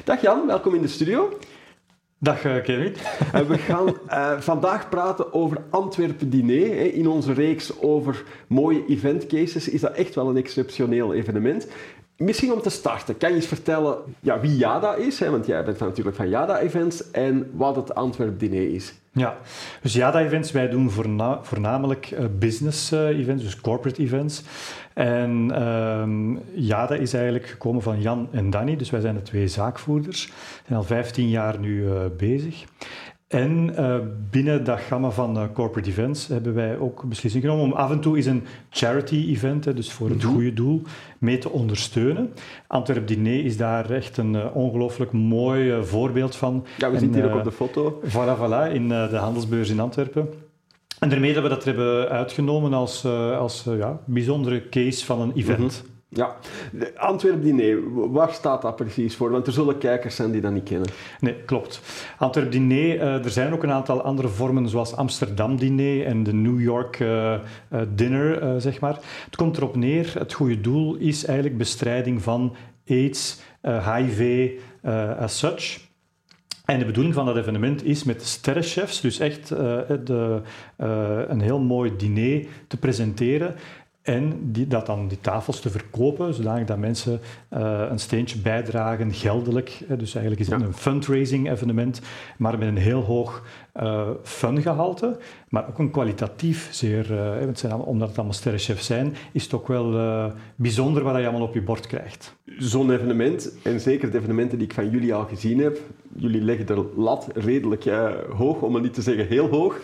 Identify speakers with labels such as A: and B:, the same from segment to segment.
A: Dag Jan, welkom in de studio.
B: Dag Kevin.
A: We gaan vandaag praten over Antwerpen Diner. In onze reeks over mooie eventcases is dat echt wel een exceptioneel evenement. Misschien om te starten, kan je eens vertellen wie JADA is? Want jij bent natuurlijk van JADA Events en wat het Antwerpen Diner is.
B: Ja, dus JADA Events, wij doen voornamelijk business events, dus corporate events. En JADA is eigenlijk gekomen van Jan en Danny, dus wij zijn de twee zaakvoerders. We zijn al 15 jaar nu bezig. En binnen dat gamma van corporate events hebben wij ook beslissing genomen om af en toe eens een charity-event, dus voor het goede doel, mee te ondersteunen. Antwerpen Diner is daar echt een ongelooflijk mooi voorbeeld van.
A: Ja, we zitten hier ook op de foto.
B: Voilà, in de handelsbeurs in Antwerpen. En daarmee dat we dat hebben uitgenomen als bijzondere case van een event.
A: Ja, de Antwerpen Diner, waar staat dat precies voor? Want er zullen kijkers zijn die dat niet kennen.
B: Nee, klopt. Antwerpen Diner, er zijn ook een aantal andere vormen zoals Amsterdam Diner en de New York Dinner, zeg maar. Het komt erop neer, het goede doel is eigenlijk bestrijding van AIDS, HIV, as such. En de bedoeling van dat evenement is met sterrenchefs, dus echt een heel mooi diner te presenteren. En die tafels te verkopen, zodanig dat mensen een steentje bijdragen, geldelijk. Dus eigenlijk is het een fundraising evenement, maar met een heel hoog fungehalte, maar ook een kwalitatief zeer, omdat het allemaal sterrenchefs zijn, is het ook wel bijzonder wat je allemaal op je bord krijgt.
A: Zo'n evenement, en zeker de evenementen die ik van jullie al gezien heb, jullie leggen de lat redelijk hoog, om het niet te zeggen heel hoog.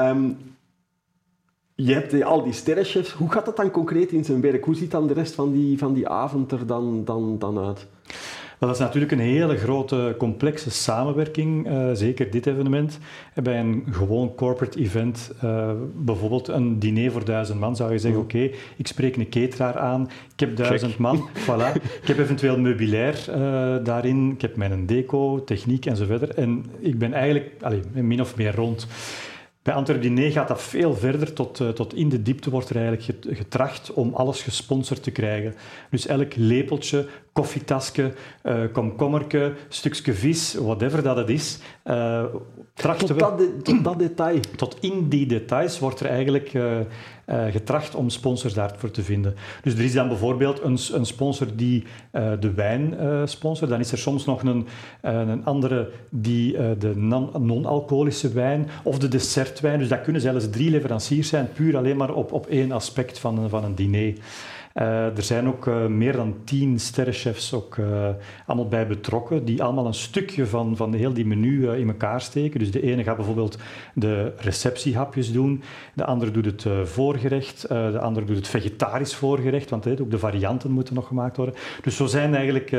A: Je hebt al die sterrenchefs. Hoe gaat dat dan concreet in zijn werk? Hoe ziet dan de rest van die avond er dan uit?
B: Dat is natuurlijk een hele grote, complexe samenwerking, zeker dit evenement. Bij een gewoon corporate event, bijvoorbeeld een diner voor 1000 man, zou je zeggen, oké, ik spreek een cateraar aan, ik heb 1000 man, voilà. Ik heb eventueel meubilair daarin, ik heb mijn deco, techniek enzovoort. En ik ben eigenlijk min of meer rond. Bij Antwerpen Diner gaat dat veel verder, tot in de diepte wordt er eigenlijk getracht om alles gesponsord te krijgen. Dus elk lepeltje, koffietasje, komkommerke, stukje vis, whatever dat het is, trachten we...
A: Tot dat detail.
B: Tot in die details wordt er eigenlijk getracht om sponsors daarvoor te vinden. Dus er is dan bijvoorbeeld een sponsor die de wijn sponsort. Dan is er soms nog een andere die de non-alcoholische wijn of de dessertwijn. Dus dat kunnen zelfs 3 leveranciers zijn, puur alleen maar op één aspect van een diner. Er zijn ook meer dan 10 sterrenchefs ook allemaal bij betrokken, die allemaal een stukje van heel die menu in elkaar steken. Dus de ene gaat bijvoorbeeld de receptiehapjes doen, de andere doet het voorgerecht, de andere doet het vegetarisch voorgerecht, want ook de varianten moeten nog gemaakt worden. Dus zo zijn eigenlijk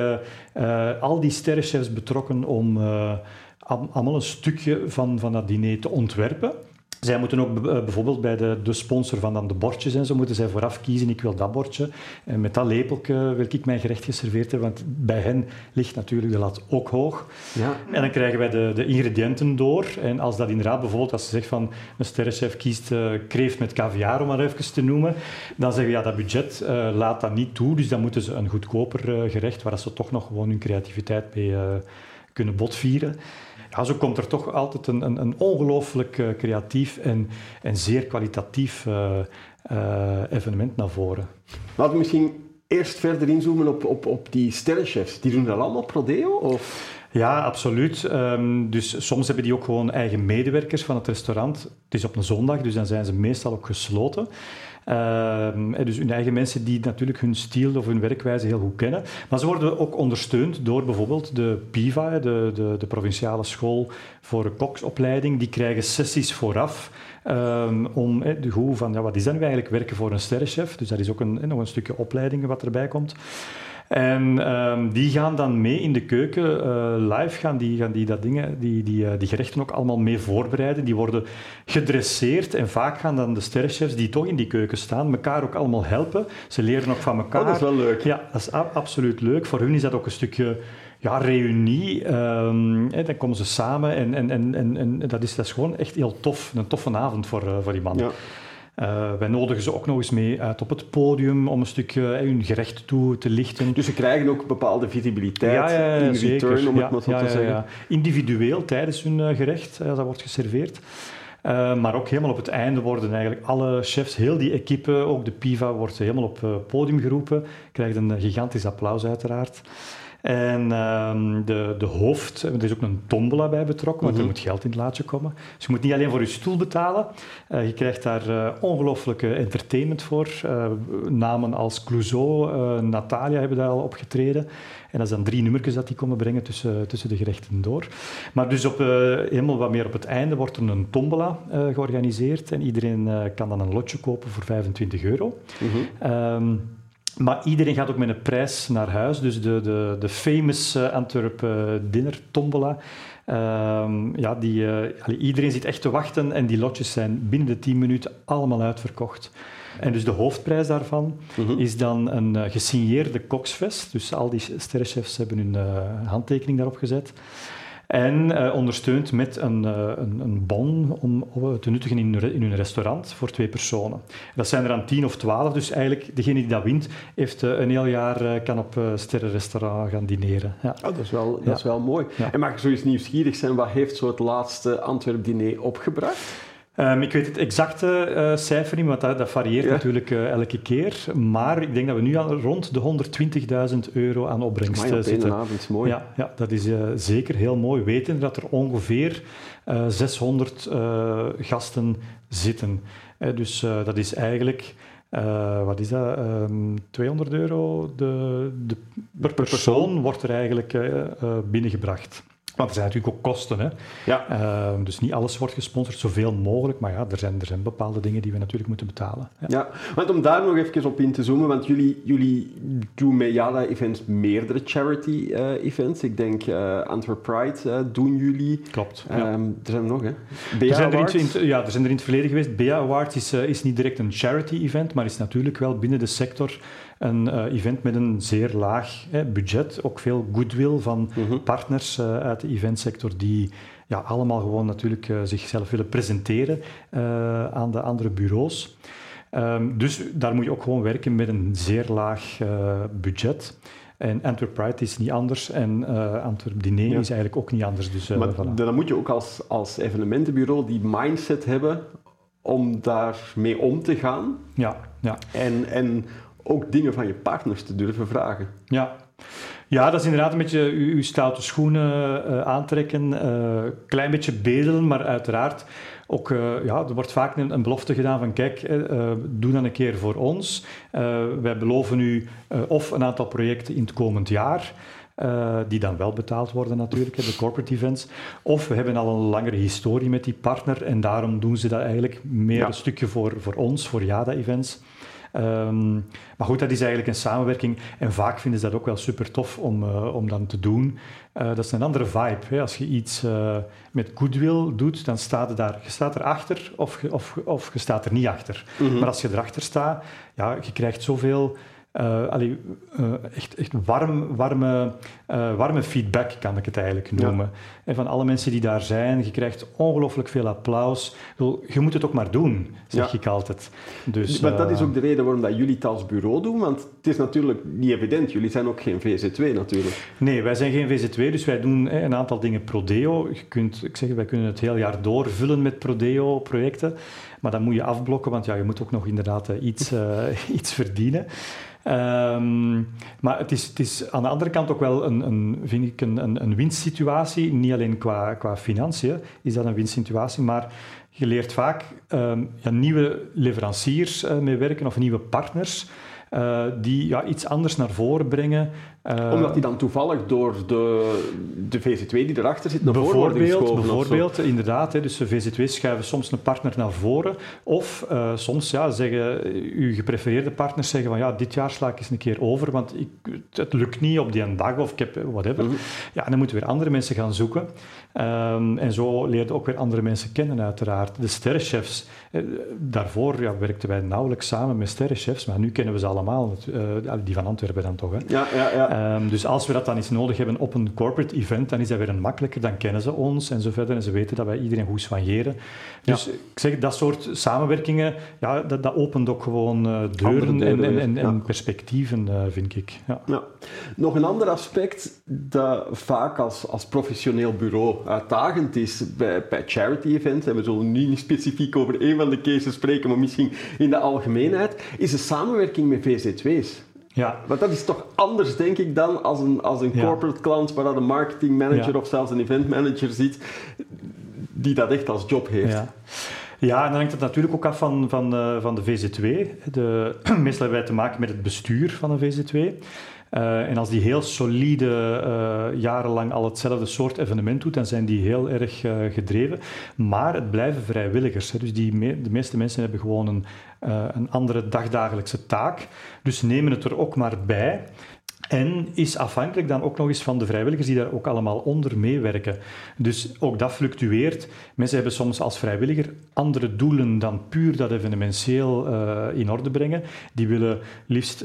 B: al die sterrenchefs betrokken om allemaal een stukje van dat diner te ontwerpen. Zij moeten ook bijvoorbeeld bij de sponsor van dan de bordjes en zo, moeten zij vooraf kiezen, ik wil dat bordje. En met dat lepeltje wil ik mijn gerecht geserveerd hebben, want bij hen ligt natuurlijk de lat ook hoog. Ja. En dan krijgen wij de ingrediënten door. En als dat inderdaad bijvoorbeeld, als ze zegt van een sterrenchef kiest kreeft met caviar, om maar even te noemen, dan zeggen we dat budget laat dat niet toe, dus dan moeten ze een goedkoper gerecht, waar ze toch nog gewoon hun creativiteit mee kunnen botvieren. Ja, zo komt er toch altijd een ongelooflijk creatief en zeer kwalitatief evenement naar voren.
A: Laten we misschien eerst verder inzoomen op die sterrenchefs. Die doen dat allemaal pro deo? Of?
B: Ja, absoluut. Dus soms hebben die ook gewoon eigen medewerkers van het restaurant. Het is op een zondag, dus dan zijn ze meestal ook gesloten. Dus hun eigen mensen die natuurlijk hun stijl of hun werkwijze heel goed kennen. Maar ze worden ook ondersteund door bijvoorbeeld de PIVA, de provinciale school voor koksopleiding. Die krijgen sessies vooraf om de goed van wat is dat nu eigenlijk werken voor een sterrenchef. Dus dat is ook nog een stukje opleiding wat erbij komt. En die gaan dan mee in de keuken, live gaan die die gerechten ook allemaal mee voorbereiden. Die worden gedresseerd en vaak gaan dan de sterrenchefs die toch in die keuken staan, elkaar ook allemaal helpen. Ze leren ook van elkaar.
A: Oh, dat is wel leuk.
B: Ja, dat is absoluut leuk. Voor hun is dat ook een stukje reunie. Dan komen ze samen en dat is gewoon echt heel tof. Een toffe avond voor die mannen. Ja. Wij nodigen ze ook nog eens mee uit op het podium om een stukje hun gerecht toe te lichten.
A: Dus ze krijgen ook bepaalde visibiliteit in
B: zeker.
A: return, om het maar zo te zeggen. Ja.
B: Individueel tijdens hun gerecht, als dat wordt geserveerd. Maar ook helemaal op het einde worden eigenlijk alle chefs, heel die equipe, ook de PIVA, wordt helemaal op het podium geroepen. Krijgt een gigantisch applaus uiteraard. En de hoofd, er is ook een tombola bij betrokken, want er moet geld in het laadje komen. Dus je moet niet alleen voor je stoel betalen. Je krijgt daar ongelooflijke entertainment voor. Namen als Clouseau, Natalia hebben daar al opgetreden. En dat is dan 3 nummertjes dat die komen brengen tussen de gerechten door. Maar dus helemaal wat meer op het einde wordt er een tombola georganiseerd. En iedereen kan dan een lotje kopen voor €25. Maar iedereen gaat ook met een prijs naar huis. Dus de famous Antwerp Dinner Tombola. Iedereen zit echt te wachten en die lotjes zijn binnen de 10 minuten allemaal uitverkocht. En dus de hoofdprijs daarvan is dan een gesigneerde koksvest. Dus al die sterrenchefs hebben hun handtekening daarop gezet. En ondersteund met een bon om te nuttigen in hun restaurant voor 2 personen. Dat zijn er dan 10 of 12, dus eigenlijk degene die dat wint, heeft een heel jaar kan op sterrenrestaurant gaan dineren. Ja.
A: Oh, dat is wel mooi. Ja. En mag ik zo eens nieuwsgierig zijn, wat heeft zo het laatste Antwerp diner opgebracht?
B: Ik weet het exacte cijfer niet, want dat varieert natuurlijk elke keer. Maar ik denk dat we nu al rond de €120.000 aan opbrengst zitten.
A: Op avond, mooi.
B: Ja, dat is zeker heel mooi. Weten dat er ongeveer 600 gasten zitten. Dus dat is eigenlijk... wat is dat? €200 per persoon wordt er eigenlijk binnengebracht. Want er zijn natuurlijk ook kosten. Hè? Ja. Dus niet alles wordt gesponsord, zoveel mogelijk. Maar ja, er zijn bepaalde dingen die we natuurlijk moeten betalen.
A: Ja, want om daar nog even op in te zoomen, want jullie doen met Yada-events meerdere charity-events. Ik denk Antwerp Pride doen jullie.
B: Klopt.
A: Er zijn er nog, hè?
B: Er zijn er in het verleden geweest. BEA Awards is niet direct een charity-event, maar is natuurlijk wel binnen de sector een event met een zeer laag budget. Ook veel goodwill van partners uit de eventsector die allemaal gewoon natuurlijk zichzelf willen presenteren aan de andere bureaus. Dus daar moet je ook gewoon werken met een zeer laag budget. En Antwerp Pride is niet anders en Antwerp Diner is eigenlijk ook niet anders. Dus,
A: maar dan moet je ook als evenementenbureau die mindset hebben om daarmee om te gaan.
B: Ja.
A: En ook dingen van je partners te durven vragen.
B: Ja, dat is inderdaad een beetje je stoute schoenen aantrekken, klein beetje bedelen, maar uiteraard ook, er wordt vaak een belofte gedaan van kijk, doe dan een keer voor ons. Wij beloven u of een aantal projecten in het komend jaar, die dan wel betaald worden natuurlijk, de corporate events. Of we hebben al een langere historie met die partner en daarom doen ze dat eigenlijk meer een stukje voor ons, voor Yada-events. Maar goed, dat is eigenlijk een samenwerking en vaak vinden ze dat ook wel super tof om dan te doen. Dat is een andere vibe. Hè. Als je iets met goodwill doet, dan staat je staat erachter of je staat er niet achter. Maar als je erachter staat, je krijgt zoveel... echt warme feedback, kan ik het eigenlijk noemen. En van alle mensen die daar zijn, je krijgt ongelooflijk veel applaus. Je moet het ook maar doen, zeg ik altijd. Dus,
A: maar dat is ook de reden waarom dat jullie het als bureau doen, want het is natuurlijk niet evident. Jullie zijn ook geen VZ2 natuurlijk.
B: Nee, wij zijn geen VZ2, dus wij doen een aantal dingen Prodeo. Wij kunnen het heel jaar doorvullen met Prodeo-projecten, maar dan moet je afblokken, want je moet ook nog inderdaad iets verdienen. Maar het is aan de andere kant ook wel vind ik een winstsituatie. Niet alleen qua financiën is dat een winstsituatie, maar je leert vaak nieuwe leveranciers mee werken of nieuwe partners die iets anders naar voren brengen.
A: Omdat die dan toevallig door de VZ2 die erachter zit naar voren worden geschoven.
B: Bijvoorbeeld, inderdaad. Dus de VZ2's schuiven soms een partner naar voren. Of soms zeggen uw geprefereerde partners zeggen van dit jaar sla ik eens een keer over, want het lukt niet op die dag of ik heb whatever. Ja, en dan moeten weer andere mensen gaan zoeken. En zo leer je ook weer andere mensen kennen uiteraard. De sterrenchefs, daarvoor werkten wij nauwelijks samen met sterrenchefs, maar nu kennen we ze allemaal. Die van Antwerpen dan toch. Hè?
A: Ja. Ja.
B: Dus als we dat dan eens nodig hebben op een corporate event, dan is dat weer een makkelijker, dan kennen ze ons en zo verder en ze weten dat wij iedereen goed soigneren. Dus ik zeg, dat soort samenwerkingen, ja, dat opent ook gewoon deuren en perspectieven, vind ik. Ja.
A: Ja. Nog een ander aspect dat vaak als professioneel bureau uitdagend is bij charity-events, en we zullen nu niet specifiek over één van de cases spreken, maar misschien in de algemeenheid, is de samenwerking met VZW's.
B: Ja.
A: Want dat is toch anders, denk ik, dan als een corporate klant waar een marketing manager of zelfs een event manager zit, die dat echt als job heeft.
B: Ja, en dan hangt het natuurlijk ook af van de VZW. Meestal hebben wij te maken met het bestuur van een VZW. En als die heel solide jarenlang al hetzelfde soort evenement doet, dan zijn die heel erg gedreven. Maar het blijven vrijwilligers. Hè. Dus de meeste mensen hebben gewoon een andere dagdagelijkse taak. Dus nemen het er ook maar bij. En is afhankelijk dan ook nog eens van de vrijwilligers die daar ook allemaal onder meewerken. Dus ook dat fluctueert. Mensen hebben soms als vrijwilliger andere doelen dan puur dat evenementieel in orde brengen. Die willen liefst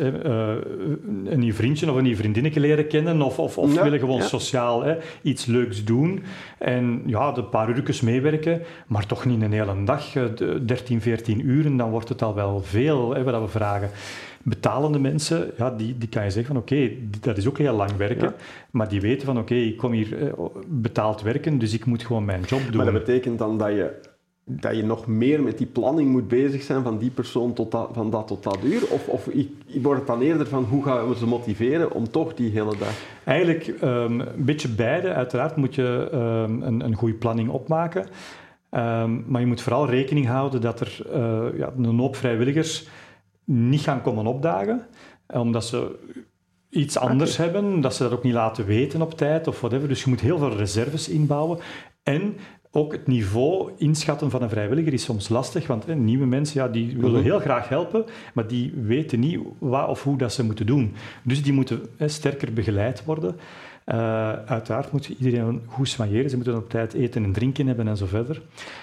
B: een nieuw vriendje of een nieuw vriendinnetje leren kennen of willen gewoon sociaal iets leuks doen. En ja, een paar uurtjes meewerken, maar toch niet een hele dag, 13, 14 uren, dan wordt het al wel veel wat we vragen. Betalende mensen, ja, die kan je zeggen van oké, dat is ook heel lang werken, maar die weten van oké, ik kom hier betaald werken, dus ik moet gewoon mijn job doen.
A: Maar dat betekent dan dat je nog meer met die planning moet bezig zijn van die persoon van dat tot dat uur? Of wordt het dan eerder van hoe gaan we ze motiveren om toch die hele dag?
B: Eigenlijk een beetje beide. Uiteraard moet je een goede planning opmaken, maar je moet vooral rekening houden dat er een hoop vrijwilligers niet gaan komen opdagen, omdat ze iets anders hebben, dat ze dat ook niet laten weten op tijd of whatever. Dus je moet heel veel reserves inbouwen. En ook het niveau inschatten van een vrijwilliger is soms lastig, want nieuwe mensen die willen heel graag helpen, maar die weten niet wat of hoe dat ze moeten doen. Dus die moeten sterker begeleid worden. Uiteraard moet iedereen goed soigneren. Ze moeten op tijd eten en drinken hebben en zo verder.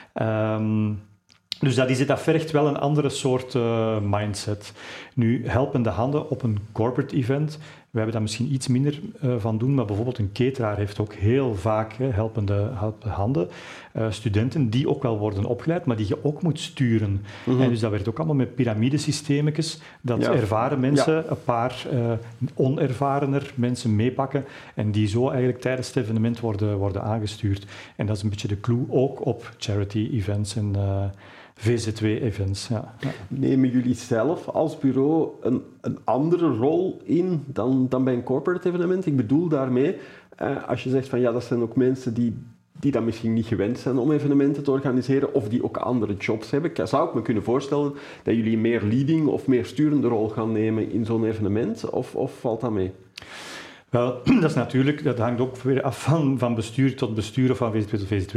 B: Dus dat vergt wel een andere soort mindset. Nu, helpende handen op een corporate event, we hebben daar misschien iets minder van doen, maar bijvoorbeeld een cateraar heeft ook heel vaak helpende handen. Studenten die ook wel worden opgeleid, maar die je ook moet sturen. En dus dat werkt ook allemaal met piramidesystemetjes, dat ervaren mensen een paar onervarener mensen meepakken en die zo eigenlijk tijdens het evenement worden aangestuurd. En dat is een beetje de clue ook op charity events en VZW-events. Ja.
A: Nemen jullie zelf als bureau een andere rol in dan bij een corporate evenement? Ik bedoel daarmee, als je zegt van dat zijn ook mensen die dan misschien niet gewend zijn om evenementen te organiseren of die ook andere jobs hebben. Zou ik me kunnen voorstellen dat jullie een meer leading of meer sturende rol gaan nemen in zo'n evenement? Of valt dat mee?
B: Wel, dat hangt ook weer af van bestuur tot bestuur of van VZW tot VZW.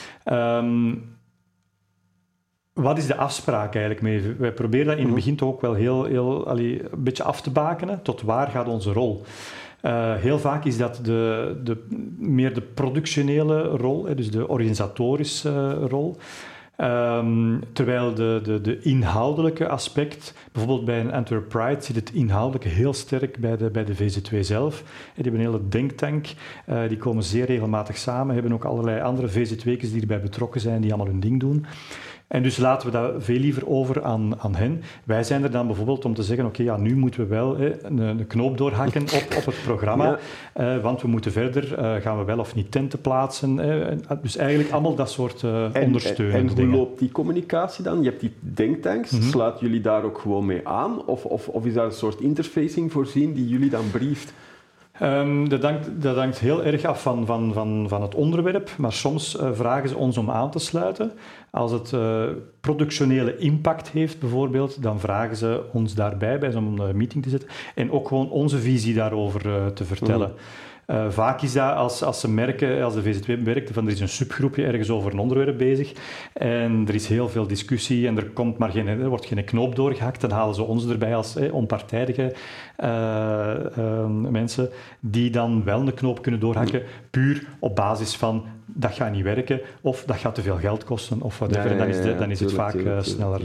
B: Wat is de afspraak eigenlijk mee? Wij proberen dat in het begin toch ook wel heel een beetje af te bakenen. Tot waar gaat onze rol? Heel vaak is dat meer de productionele rol, dus de organisatorische rol. Terwijl de inhoudelijke aspect, bijvoorbeeld bij een Antwerp Pride, zit het inhoudelijke heel sterk bij de VZW zelf. Die hebben een hele denktank, die komen zeer regelmatig samen, hebben ook allerlei andere VZW'kes die erbij betrokken zijn, die allemaal hun ding doen. En dus laten we dat veel liever over aan hen. Wij zijn er dan bijvoorbeeld om te zeggen, oké, nu moeten we wel een knoop doorhakken op het programma, want we moeten verder, gaan we wel of niet tenten plaatsen. Dus eigenlijk allemaal dat soort ondersteunende dingen.
A: En hoe loopt die communicatie dan? Je hebt die denktanks, sluiten jullie daar ook gewoon mee aan? Of is daar een soort interfacing voorzien die jullie dan brieft?
B: Dat hangt heel erg af van het onderwerp, maar soms vragen ze ons om aan te sluiten. Als het productionele impact heeft bijvoorbeeld, dan vragen ze ons daarbij bij zo'n meeting te zetten en ook gewoon onze visie daarover te vertellen. Vaak is dat als ze merken, als de VZW merkt, van er is een subgroepje ergens over een onderwerp bezig en er is heel veel discussie en er wordt geen knoop doorgehakt, dan halen ze ons erbij als onpartijdige mensen die dan wel een knoop kunnen doorhakken, puur op basis van dat gaat niet werken of dat gaat te veel geld kosten of whatever. Dan is het vaak sneller.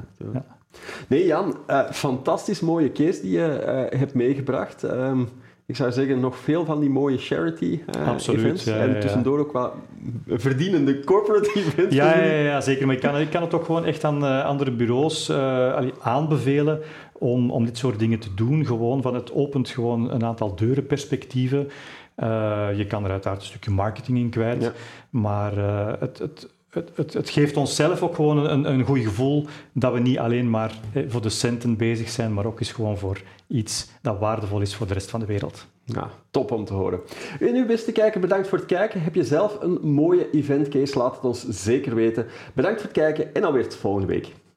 B: Nee,
A: Jan, fantastisch mooie case die je hebt meegebracht. Ik zou zeggen, nog veel van die mooie charity events.
B: Ja,
A: en tussendoor ook wel verdienende corporate events.
B: Ja, zeker. Maar ik kan het ook gewoon echt aan andere bureaus aanbevelen om dit soort dingen te doen. Gewoon van het opent gewoon een aantal deurenperspectieven. Je kan er uiteraard een stukje marketing in kwijt. Ja. Maar het geeft onszelf ook gewoon een goed gevoel dat we niet alleen maar voor de centen bezig zijn, maar ook eens gewoon voor iets dat waardevol is voor de rest van de wereld.
A: Ja, top om te horen. En nu, beste kijker, bedankt voor het kijken. Heb je zelf een mooie eventcase? Laat het ons zeker weten. Bedankt voor het kijken en alweer tot volgende week.